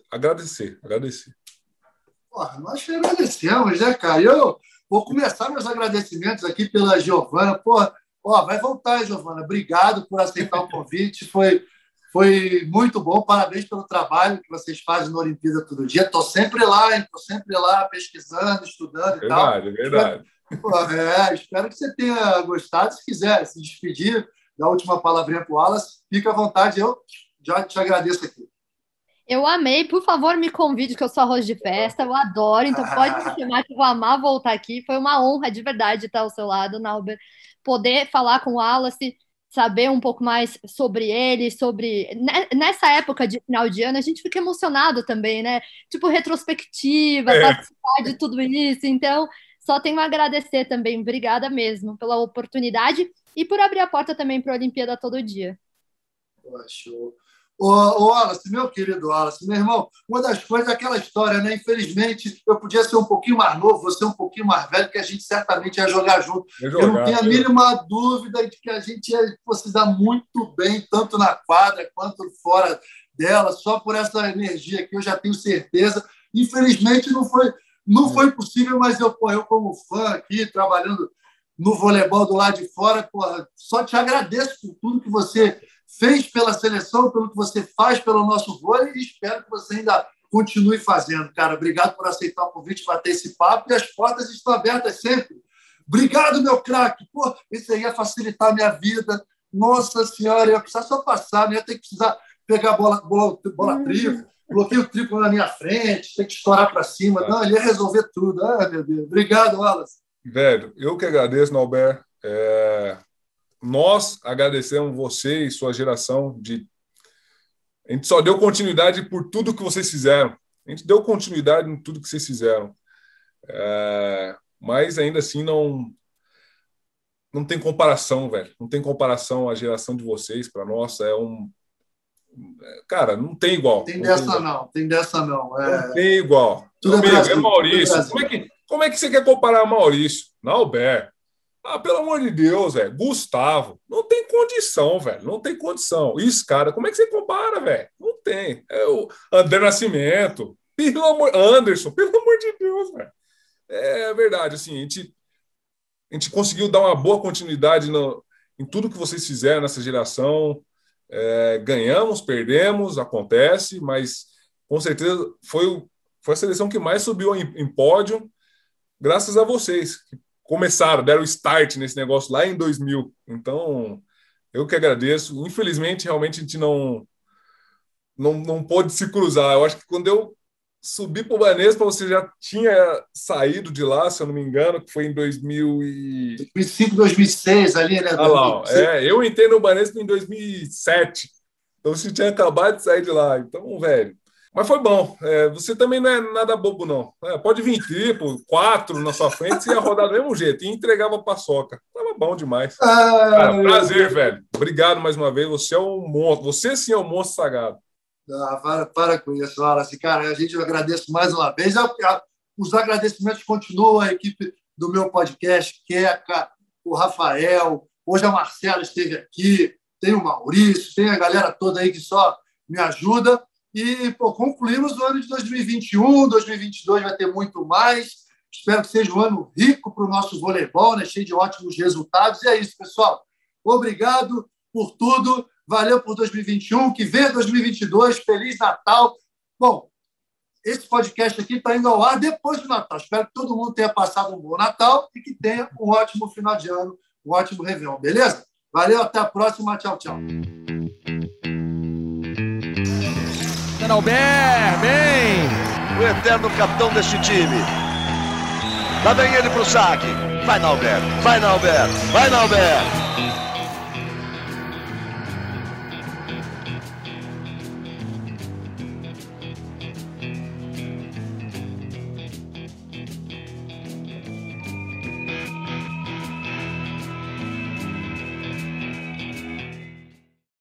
agradecer. Porra, nós te agradecemos, né, cara? Eu vou começar meus agradecimentos aqui pela Giovana. Porra, vai voltar, Giovana. Obrigado por aceitar o convite. Foi muito bom. Parabéns pelo trabalho que vocês fazem na Olimpíada Todo Dia. Estou sempre lá, hein? Estou sempre lá pesquisando, estudando e tal. Verdade. Espero que você tenha gostado. Se quiser se despedir, dar a última palavrinha para o Wallace, fica à vontade. Eu já te agradeço aqui. Eu amei. Por favor, me convide, que eu sou arroz de festa. Eu adoro. Então, pode me chamar, que eu vou amar voltar aqui. Foi uma honra, de verdade, estar ao seu lado, Nauber. Poder falar com o Wallace, saber um pouco mais sobre ele, nessa época de final de ano, a gente fica emocionado também, né? Tipo, retrospectiva, participar de tudo isso. Então, só tenho a agradecer também. Obrigada mesmo pela oportunidade e por abrir a porta também para a Olimpíada Todo Dia. Show. Wallace, meu querido Wallace, meu irmão, uma das coisas é aquela história, né? Infelizmente, eu podia ser um pouquinho mais novo, você um pouquinho mais velho, que a gente certamente ia jogar junto. Eu não tenho a mínima dúvida de que a gente ia se dar muito bem, tanto na quadra quanto fora dela, só por essa energia que eu já tenho certeza. Infelizmente, não foi possível, mas eu como fã aqui, trabalhando no voleibol do lado de fora, só te agradeço por tudo que você fez pela seleção, pelo que você faz pelo nosso vôlei, e espero que você ainda continue fazendo, cara. Obrigado por aceitar o convite, bater esse papo, e as portas estão abertas sempre. Obrigado, meu craque. Isso aí ia facilitar a minha vida. Nossa Senhora, eu ia precisar só passar, não ia ter que precisar pegar a bola triplo, bloqueio triplo na minha frente, ter que estourar para cima. Não, ele ia resolver tudo. Meu Deus. Obrigado, Wallace. Velho, eu que agradeço, Nauber. Nós agradecemos você e sua geração A gente só deu continuidade por tudo que vocês fizeram. A gente deu continuidade em tudo que vocês fizeram. Mas ainda assim não tem comparação, velho. Não tem comparação a geração de vocês. Para nós cara, não tem igual. Tem dessa não. Não tem igual. Tudo é Maurício. Como é que você quer comparar Maurício? Nauber. Pelo amor de Deus, velho. Gustavo. Não tem condição, velho. Não tem condição. Isso, cara, como é que você compara, velho? Não tem. É o André Nascimento. Anderson. Pelo amor de Deus, velho. É verdade, assim, a gente conseguiu dar uma boa continuidade em tudo que vocês fizeram nessa geração. Ganhamos, perdemos, acontece, mas com certeza foi a seleção que mais subiu em pódio, graças a vocês, que deram start nesse negócio lá em 2000. Então, eu que agradeço. Infelizmente, realmente, a gente não pôde se cruzar. Eu acho que quando eu subi para o Banespa, você já tinha saído de lá, se eu não me engano, que foi em 2005, 2006, ali, né? Eu entrei no Banespa em 2007. Então, você tinha acabado de sair de lá. Então, velho... Mas foi bom. Você também não é nada bobo, não. Pode vir triplo, 4 na sua frente, você ia rodar do mesmo jeito. E entregava a paçoca. Tava bom demais. Cara, prazer, velho. Obrigado mais uma vez. Você é um monstro. Você sim é um monstro sagrado. Para com isso, Wallace. Cara, a gente agradece mais uma vez. Os agradecimentos continuam à equipe do meu podcast, Queca, o Rafael. Hoje a Marcela esteve aqui. Tem o Maurício, tem a galera toda aí que só me ajuda. E concluímos o ano de 2021, 2022 vai ter muito mais. Espero que seja um ano rico para o nosso voleibol, né? Cheio de ótimos resultados. E é isso, pessoal. Obrigado por tudo. Valeu por 2021. Que venha 2022. Feliz Natal. Bom, esse podcast aqui está indo ao ar depois do Natal. Espero que todo mundo tenha passado um bom Natal e que tenha um ótimo final de ano, um ótimo Réveillon. Beleza? Valeu, até a próxima. Tchau, tchau. Nauber, bem! O eterno capitão deste time. Lá vem ele pro saque. Vai, Nauber! Vai, Nauber! Vai, Nauber!